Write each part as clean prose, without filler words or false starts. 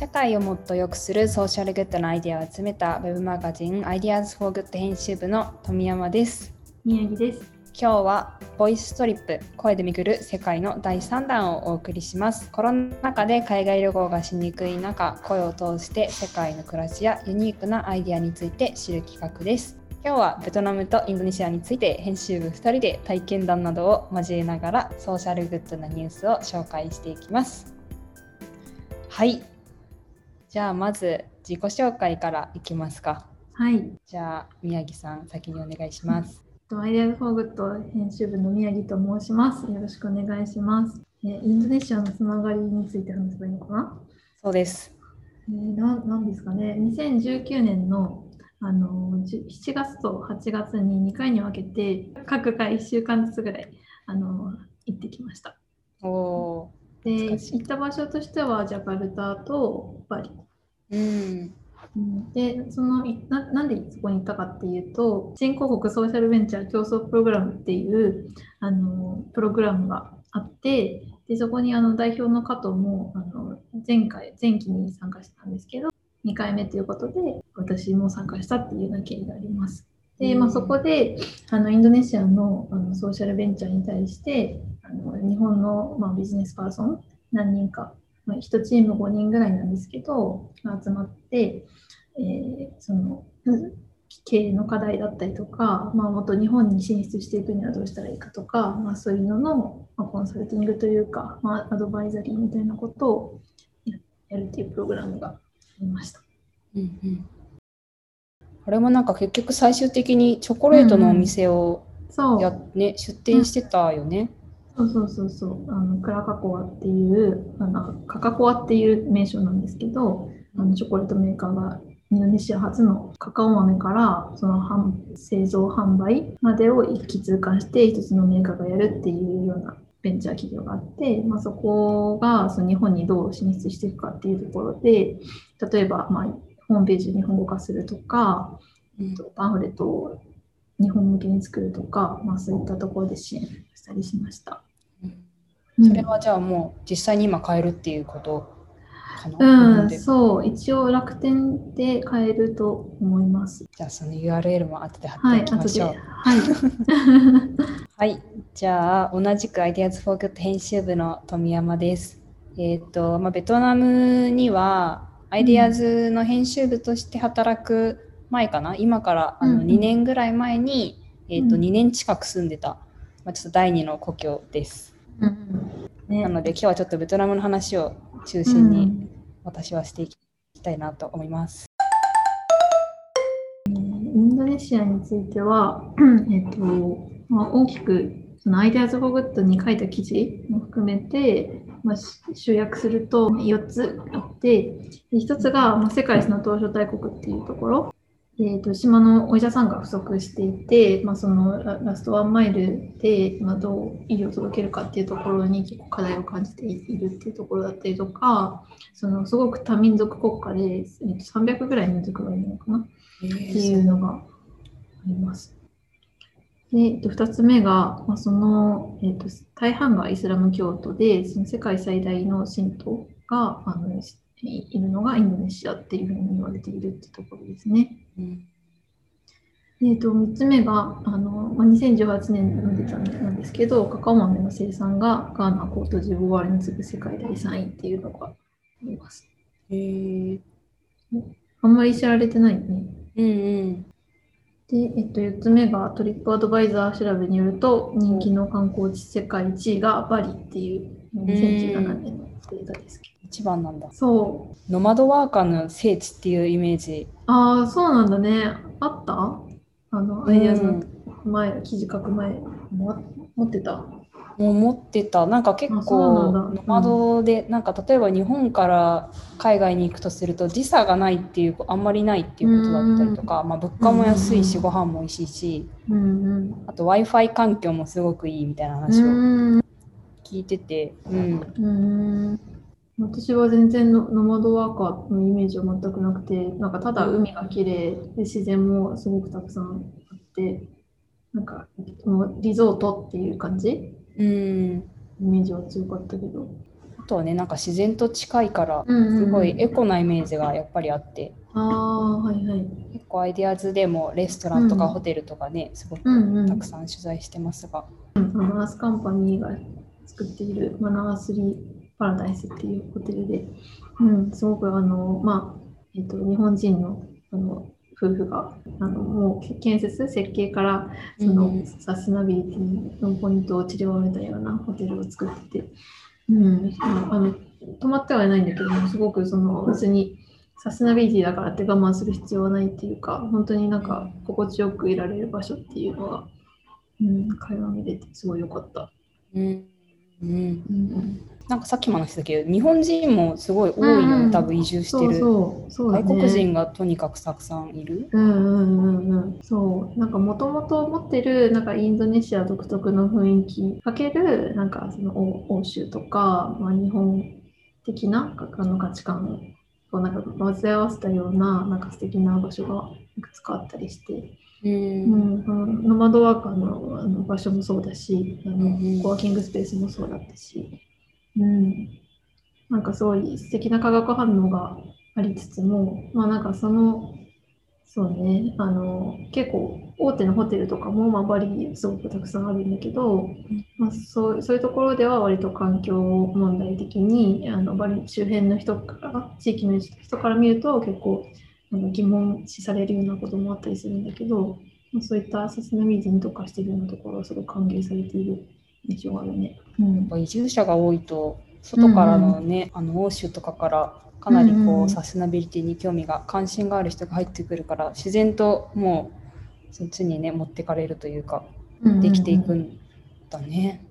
社会をもっと良くするソーシャルグッドのアイデアを集めたウェブマガジン Ideas for Good 編集部の富山です。 宮城です。 今日はボイストリップ、声で巡る世界の第3弾をお送りします。コロナ禍で海外旅行がしにくい中、声を通して世界の暮らしやユニークなアイデアについて知る企画です。今日はベトナムとインドネシアについて編集部2人で体験談などを交えながらソーシャルグッドなニュースを紹介していきます。はい、じゃあまず自己紹介からいきますか。 はい。 じゃあ宮城さん先にお願いします。 アイデアフォーグッド編集部の宮城と申します。よろしくお願いします。インドネシアのつながりについて話せばいいのかな？ そうです。 なんですかね。2019年の7月と8月に2回に分けて各回1週間ずつぐらい行ってきました。で、行った場所としてはジャカルタとバリ。で、なんでそこに行ったかっていうと、新興国ソーシャルベンチャー競争プログラムっていうプログラムがあって、でそこに代表の加藤も前期に参加したんですけど、2回目ということで私も参加したっていうような経緯があります。で、そこでインドネシアのソーシャルベンチャーに対して日本の、ビジネスパーソン何人か、1チーム5人ぐらいなんですけど集まって、その経営の課題だったりとか、もっと日本に進出していくにはどうしたらいいかとか、そういうのの、コンサルティングというか、アドバイザリーみたいなことをやるっていうプログラムがありました。 これもなんか結局最終的にチョコレートのお店を出店してたよね。 クラカコアっていうカカコアっていう名称なんですけど、チョコレートメーカーがインドネシア初のカカオ豆からその製造販売までを一気通貫して一つのメーカーがやるっていうようなベンチャー企業があって、そこがその日本にどう進出していくかっていうところで、例えば、ホームページを日本語化するとか、パンフレットを日本向けに作るとか、そういったところで支援したりしました。 それはじゃあもう実際に今買えるっていうことかな？ そう、一応楽天で買えると思います。 じゃあその URL も後で貼っておきましょう。はい、じゃあ同じく Ideas for Good 編集部の富山です。ベトナムにはアイディアズの編集部として働く前かな、今から2年ぐらい前に、2年近く住んでた、ちょっと第2の故郷です。なので今日はちょっとベトナムの話を中心に私はしていきたいなと思います。 インドネシアについては、大きくその Ideas for Good に書いた記事も含めて、集約すると4つあって、1つが世界一の島しょ大国っていうところ。島のお医者さんが不足していて、そのラストワンマイルで、どう医療を届けるかっていうところに結構課題を感じているっていうところだったりとか、すごく多民族国家で、300ぐらい民族がいるのかなっていうのがあります。で、2つ目が、大半がイスラム教徒で、その世界最大の信徒がいるのがインドネシアっていうふうに言われているってところですね。3つ目が2018年のデータなんですけど、カカオ豆の生産がガーナ、コートジボワールに次ぐ世界第3位っていうのがあります。あんまり知られてないね。で、4つ目がトリップアドバイザー調べによると、人気の観光地世界1位がバリっていう2017年のデータですけど。 一番なんだ。 そう。 ノマドワーカーの聖地っていうイメージ。 ああ、そうなんだね。あったアイデアの記事書く前、持ってた？ もう持ってた。なんか結構ノマドで、なんか例えば日本から海外に行くとすると時差がないっていう、あんまりないっていうことだったりとか、物価も安いし、ご飯も美味しいし、あと Wi-Fi 環境もすごくいいみたいな話を聞いてて、 私は全然ノマドワーカーのイメージは全くなくて、なんかただ海が綺麗で自然もすごくたくさんあって、なんかリゾートっていう感じ、イメージは強かったけど、 あとはね、なんか自然と近いからうんうんうんすごいエコなイメージがやっぱりあって、 ああ、はいはい。 結構アイデアズでもレストランとかホテルとかね、すごくたくさん取材してますが。 マナースカンパニーが作っているマナースリーパラダイスっていうホテルで、すごく日本人の夫婦がもう建設設計からそのサステナビリティのポイントを散りばめたようなホテルを作ってて、泊まってはいないんだけども、すごくその別にサステナビリティだからって我慢する必要はないっていうか、本当になんか心地よくいられる場所っていうのが、会話見れてすごい良かった。 なんかさっきも話したけど、日本人もすごい多いよね、多分移住してる。 そうだね、 外国人がとにかくたくさんいる。 そう、なんかもともと持ってるなんかインドネシア独特の雰囲気かけるなんかその欧州とか、日本的な価値観をなんか混ぜ合わせたようななんか素敵な場所がいくつかあったりして。ノマドワーカーの、場所もそうだし、コワーキングスペースもそうだったし、なんかすごい素敵な化学反応がありつつも、なんかそうね、結構大手のホテルとかも、バリにすごくたくさんあるんだけど、そういうところでは割と環境問題的にバリ周辺の人から地域の人から見ると結構疑問視されるようなこともあったりするんだけど、そういったサステナビリティに特化しているようなところはすごく歓迎されている印象があるね。 移住者が多いと外からのね、欧州とかからかなりこう、サステナビリティに興味が関心がある人が入ってくるから、自然ともうそっちにね持ってかれるというか、できていくんだね。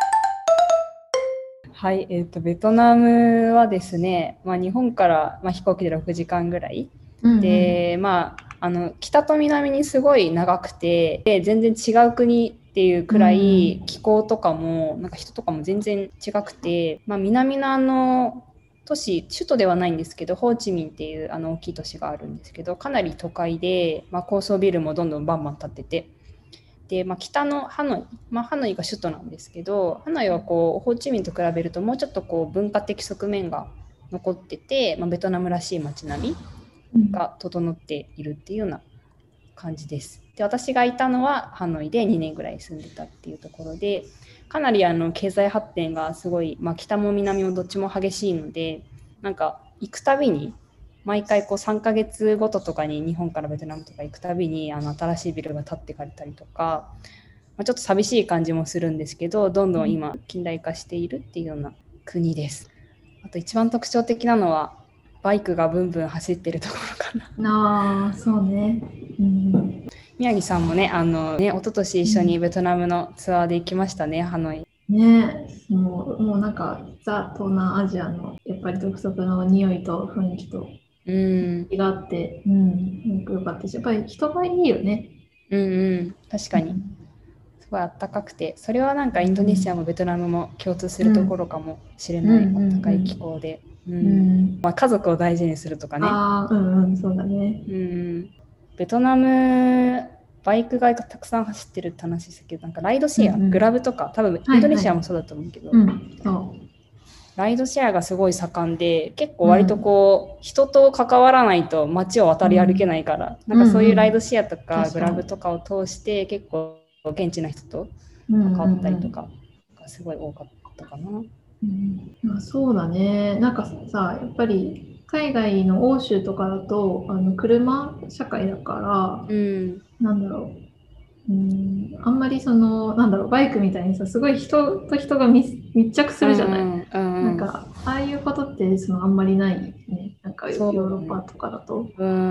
はい、ベトナムはですね、日本から、飛行機で6時間ぐらい、で、北と南にすごい長くて、で全然違う国っていうくらい気候とかもなんか人とかも全然違くて、南の都市、首都ではないんですけど、ホーチミンっていう大きい都市があるんですけど、かなり都会で、高層ビルもどんどんバンバン建ってて、で、北のハノイ、ハノイが首都なんですけど、ハノイはこうホーチミンと比べるともうちょっとこう文化的側面が残ってて、ベトナムらしい街並みが整っているっていうような感じです。で、私がいたのはハノイで2年ぐらい住んでたっていうところで、かなり経済発展がすごい、北も南もどっちも激しいので、なんか行くたびに毎回こう3ヶ月ごととかに日本からベトナムとか行くたびに新しいビルが建ってかれたりとか、ちょっと寂しい感じもするんですけど、どんどん今近代化しているっていうような国です。あと一番特徴的なのはバイクがブンブン走ってるところかな。 そうね。 宮城さんもね、一昨年一緒にベトナムのツアーで行きましたね、ハノイ。 ね、もうなんかザ・東南アジアのやっぱり独特の匂いと雰囲気とがあって、よかったし、やっぱり人がいいよね。 確かに。すごいあったかくて、それはなんかインドネシアもベトナムも共通するところかもしれない、あったかい気候で。家族を大事にするとかね。 そうだね。 ベトナムバイクがたくさん走ってるって話ですけど、なんかライドシェア、グラブとか、多分インドネシアもそうだと思うけど、ライドシェアがすごい盛んで、結構割とこう、人と関わらないと街を渡り歩けないから、なんかそういうライドシェアとかグラブとかを通して結構現地の人と関わったりとかがすごい多かったかな。 そうだね。なんかさ、やっぱり海外の欧州とかだと車社会だから、なんだろう。あんまりバイクみたいにさ、すごい人と人が密着するじゃない。なんかああいうことってあんまりないね。なんかヨーロッパとかだと。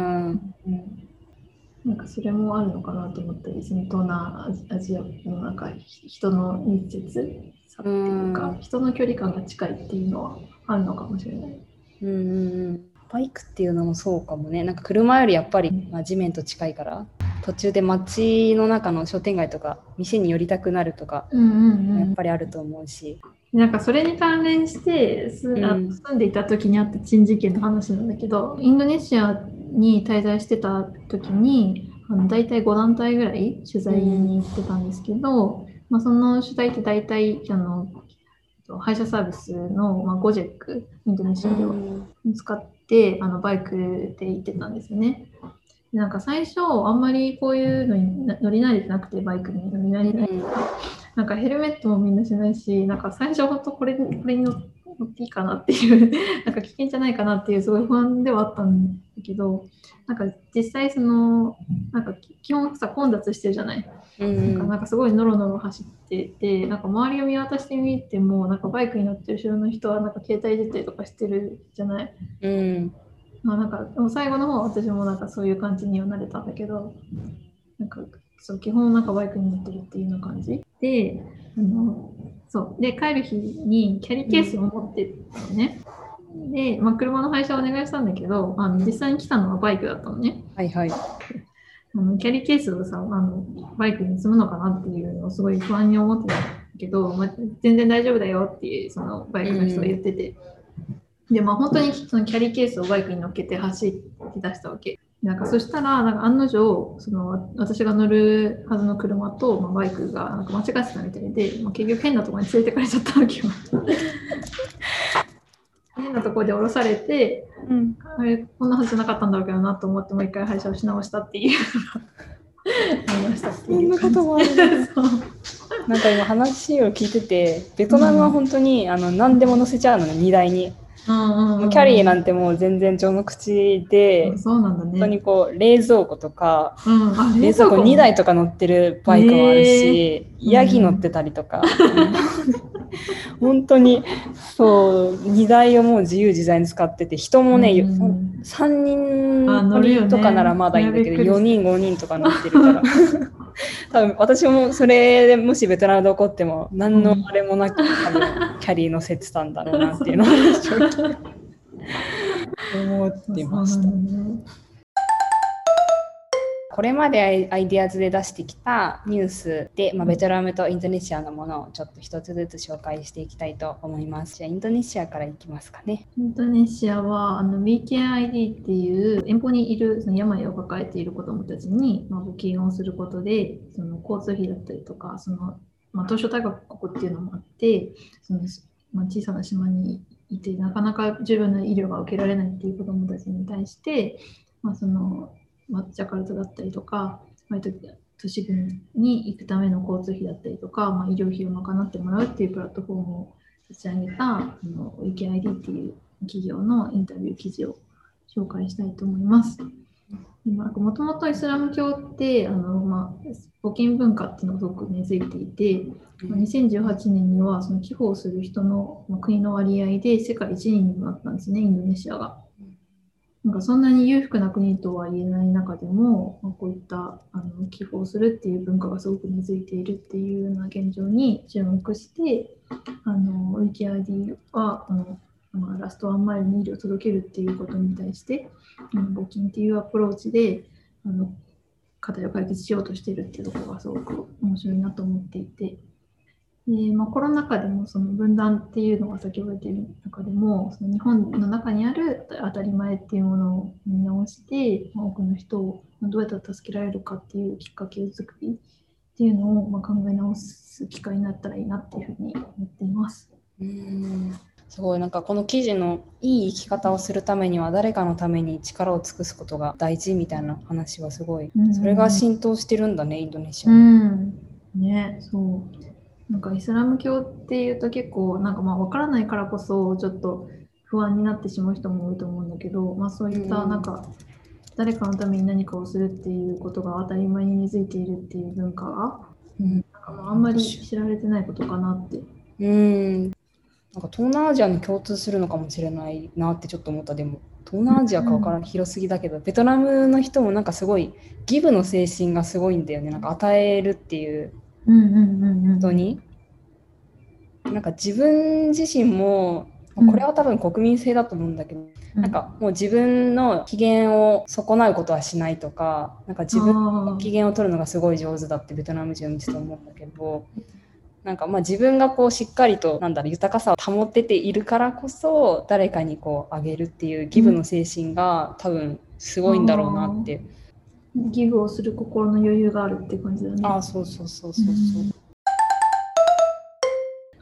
なんかそれもあるのかなと思ったり、東南アジアのなんか人の密接さっていうか、人の距離感が近いっていうのはあるのかもしれない。 バイクっていうのもそうかもね。なんか車よりやっぱり、地面と近いから、途中で街の中の商店街とか店に寄りたくなるとか、やっぱりあると思うし。 なんかそれに関連して住んでいた時にあった珍事件の話なんだけど、インドネシアに滞在してた時に大体5団体ぐらい取材に行ってたんですけど、その取材って大体配車サービスの、ゴジェック、インドネシアでは使ってバイクで行ってたんですよね。なんか最初あんまりこういうのに乗り慣れてなくて、バイクに乗り慣れてない、なんかヘルメットもみんなしないし、なんか最初本当これに乗っていいかなっていうなんか危険じゃないかなっていうすごい不安ではあったんだけど、なんか実際なんか基本さ混雑してるじゃない。なんかすごいノロノロ走ってて、なんか周りを見渡してみても、なんかバイクに乗ってる後ろの人はなんか携帯出てとかしてるじゃない。なんか最後の方は私もなんかそういう感じにはなれたんだけど、なんかそう基本なんかバイクに乗ってるっていうような感じで、そうで帰る日にキャリーケースを持ってたのね。で、車の配車をお願いしたんだけど、実際に来たのはバイクだったのね。 はいはい。 キャリーケースをさ、バイクに積むのかなっていうのをすごい不安に思ってたんだけど、全然大丈夫だよっていうそのバイクの人が言ってて、で、本当にそのキャリーケースをバイクに乗っけて走って出したわけ。なんかそしたら、なんか案の定、私が乗るはずの車と、バイクがなんか間違ってたみたいで、結局変なところに連れてかれちゃったわけよ。変なところで降ろされて、あれこんなはずじゃなかったんだろうけどなと思ってもう一回配車をし直したっていうありましたっていう感じ。 そんなこともあるなんか今話を聞いてて、ベトナムは本当に何でも乗せちゃうのね、荷台に。キャリーなんてもう全然序の口で、 そうなんだね、 本当にこう冷蔵庫とか、冷蔵庫も 2台とか乗ってるバイクもあるし、ヤギ乗ってたりとか、本当にそう荷台をもう自由自在に使ってて、人もね、3人乗りとかならまだいいんだけど、4人5人とか乗ってるから多分私もそれでもしベトナムで起こっても何のあれもなく、多分キャリー乗せてたんだろうなっていうのを思ってました。これまでアイディアズで出してきたニュースで、ベトナムとインドネシアのものをちょっと一つずつ紹介していきたいと思います。じゃあインドネシアからいきますかね。 インドネシアはWeCareID っていう遠方にいるその病を抱えている子どもたちに募金をすることで、その交通費だったりとか、島しょ大国っていうのもあって、小さな島にいてなかなか十分な医療が受けられないっていう子どもたちに対して、ジャカルタだったりとか、都市部に行くための交通費だったりとか、医療費を賄ってもらうっていうプラットフォームを立ち上げたWeCareID っていう企業のインタビュー記事を紹介したいと思います。もともとイスラム教って募金文化っていうのがすごく根付いていて、2018年にはその寄付をする人の国の割合で世界1位になったんですね、インドネシアが。なんかそんなに裕福な国とは言えない中でも、こういった寄付をするっていう文化がすごく根付いているっていうような現状に注目して、WeCareID はラストワンマイルに医療を届けるっていうことに対して、募金っていうアプローチで課題を解決しようとしているっていうところがすごく面白いなと思っていて、コロナ禍でもその分断っていうのが先ほど言っている中でも、その日本の中にある当たり前っていうものを見直して、多くの人をどうやったら助けられるかっていうきっかけ作りっていうのを考え直す機会になったらいいなっていうふうに思っています。 すごい、なんかこの記事のいい生き方をするためには誰かのために力を尽くすことが大事みたいな話はすごい、それが浸透してるんだね、インドネシアに。ね、そう。なんかイスラム教っていうと結構なんか分からないからこそちょっと不安になってしまう人も多いと思うんだけど、そういったなんか誰かのために何かをするっていうことが当たり前に根付いているっていう文化が、なんかあんまり知られてないことかなって。 なんか東南アジアに共通するのかもしれないなってちょっと思った。でも東南アジアか分からん、広すぎだけど、ベトナムの人もなんかすごいギブの精神がすごいんだよね。なんか与えるっていうことに、なんか自分自身もこれは多分国民性だと思うんだけど、なんかもう自分の機嫌を損なうことはしないとか、なんか自分の機嫌を取るのがすごい上手だってベトナム人を見てて思うんだけど、なんか自分がこうしっかりと豊かさを保ってているからこそ誰かにこうあげるっていうギブの精神が多分すごいんだろうなって。 ギブをする心の余裕があるって感じだね。 そう。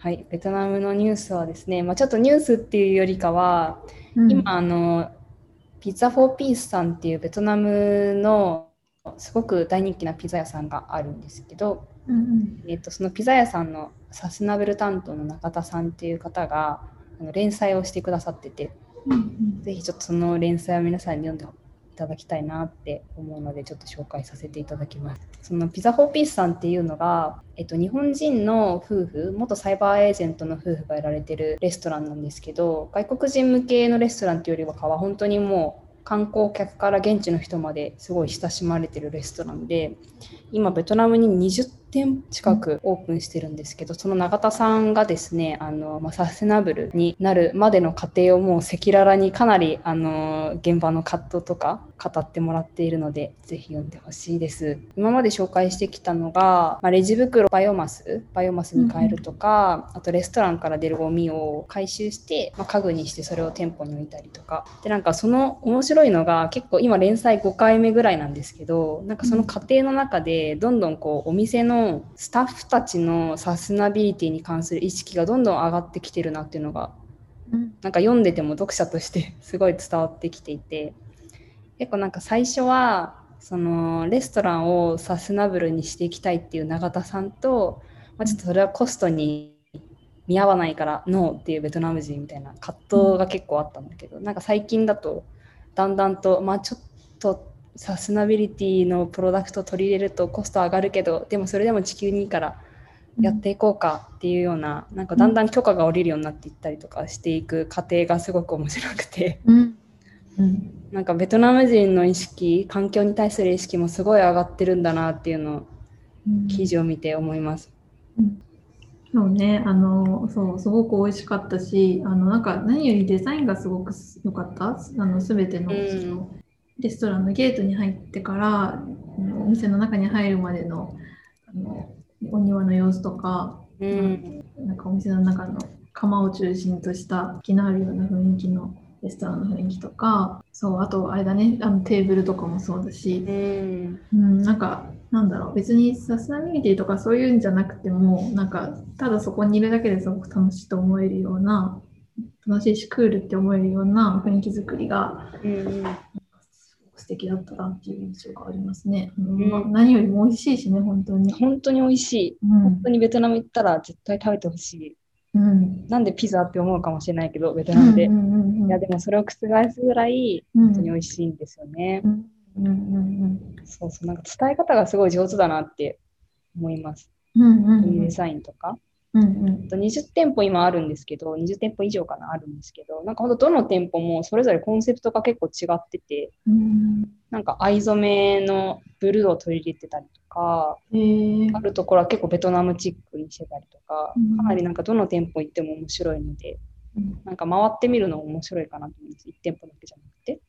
はい、ベトナムのニュースはですね、ちょっとニュースっていうよりかは、今ピザフォーピースさんっていうベトナムのすごく大人気なピザ屋さんがあるんですけど、そのピザ屋さんのサステナブル担当の中田さんっていう方が連載をしてくださってて、ぜひちょっとその連載を皆さんに読んでいただきたいなって思うので、ちょっと紹介させていただきます。そのピザフォーピースさんっていうのが、日本人の夫婦、元サイバーエージェントの夫婦がやられてるレストランなんですけど、外国人向けのレストランっていうよりは本当にもう観光客から現地の人まですごい親しまれてるレストランで、今ベトナムに20店近くオープンしてるんですけど、その永田さんがですね、サステナブルになるまでの過程をもう赤裸々にかなり現場の葛藤とか語ってもらっているので、ぜひ読んでほしいです。今まで紹介してきたのが、レジ袋バイオマスに変えるとか、あとレストランから出るゴミを回収して、家具にしてそれを店舗に置いたりとかで、なんかその面白いのが、結構今連載5回目ぐらいなんですけど、なんかその過程の中でどんどんこうお店のスタッフたちのサステナビリティに関する意識がどんどん上がってきてるなっていうのが、なんか読んでても読者としてすごい伝わってきていて、結構なんか最初はそのレストランをサステナブルにしていきたいっていう永田さんと、ちょっとそれはコストに見合わないからノーっていうベトナム人みたいな葛藤が結構あったんだけど、なんか最近だとだんだんとちょっとサステナビリティのプロダクトを取り入れるとコスト上がるけど、でもそれでも地球にいいからやっていこうかっていうような、なんかだんだん許可が下りるようになっていったりとかしていく過程がすごく面白くて、なんかベトナム人の意識、環境に対する意識もすごい上がってるんだなっていうのを記事を見て思います。 そうね、そう、すごく美味しかったし、なんか何よりデザインがすごく良かった。すべての、そのレストランのゲートに入ってからお店の中に入るまでのお庭の様子とか、なんかお店の中の窯を中心とした気のあるような雰囲気のレストランの雰囲気とか、そう、あとあれだね、テーブルとかもそうだし、なんかなんだろう、別にサステナビリティとかそういうんじゃなくても、なんかただそこにいるだけですごく楽しいと思えるような、楽しいしクールって思えるような雰囲気作りが、素敵だったなっていう印象がありますね。何よりも美味しいしね、本当に。 本当に美味しい。本当にベトナム行ったら絶対食べてほしい。なんでピザって思うかもしれないけど、ベトナムで。いや、でもそれを覆すぐらい本当に美味しいんですよね。そうそう、なんか伝え方がすごい上手だなって思います。デザインとか。20店舗今あるんですけど、20店舗以上かなあるんですけど、なんかほんとどの店舗もそれぞれコンセプトが結構違ってて、なんか藍染めのブルーを取り入れてたりとか、あるところは結構ベトナムチックにしてたりとか、かなりなんかどの店舗行っても面白いので、なんか回ってみるのも面白いかなと思います。1店舗だけじゃなくて。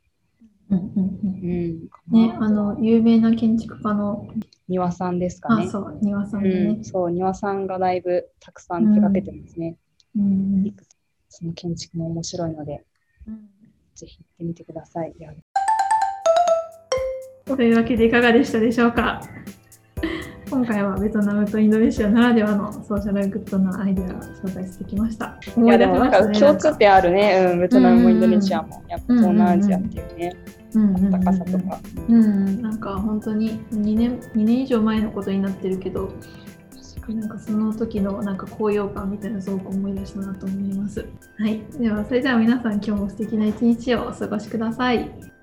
有名な建築家の庭さんですかね。 そう、庭さんね。 そう、庭さんがだいぶたくさん手掛けてますね。その建築も面白いので、ぜひ行ってみてください。 というわけでいかがでしたでしょうか。今回はベトナムとインドネシアならではのソーシャルグッドなアイデアを紹介してきました。 いやでもなんか共通点あるね、ベトナムもインドネシアも、やっぱ東南アジアっていうね、高さとか。 なんか本当に2年以上前のことになってるけど、なんかその時のなんか高揚感みたいなのすごく思い出したなと思います。はい、ではそれでは皆さん今日も素敵な一日をお過ごしください。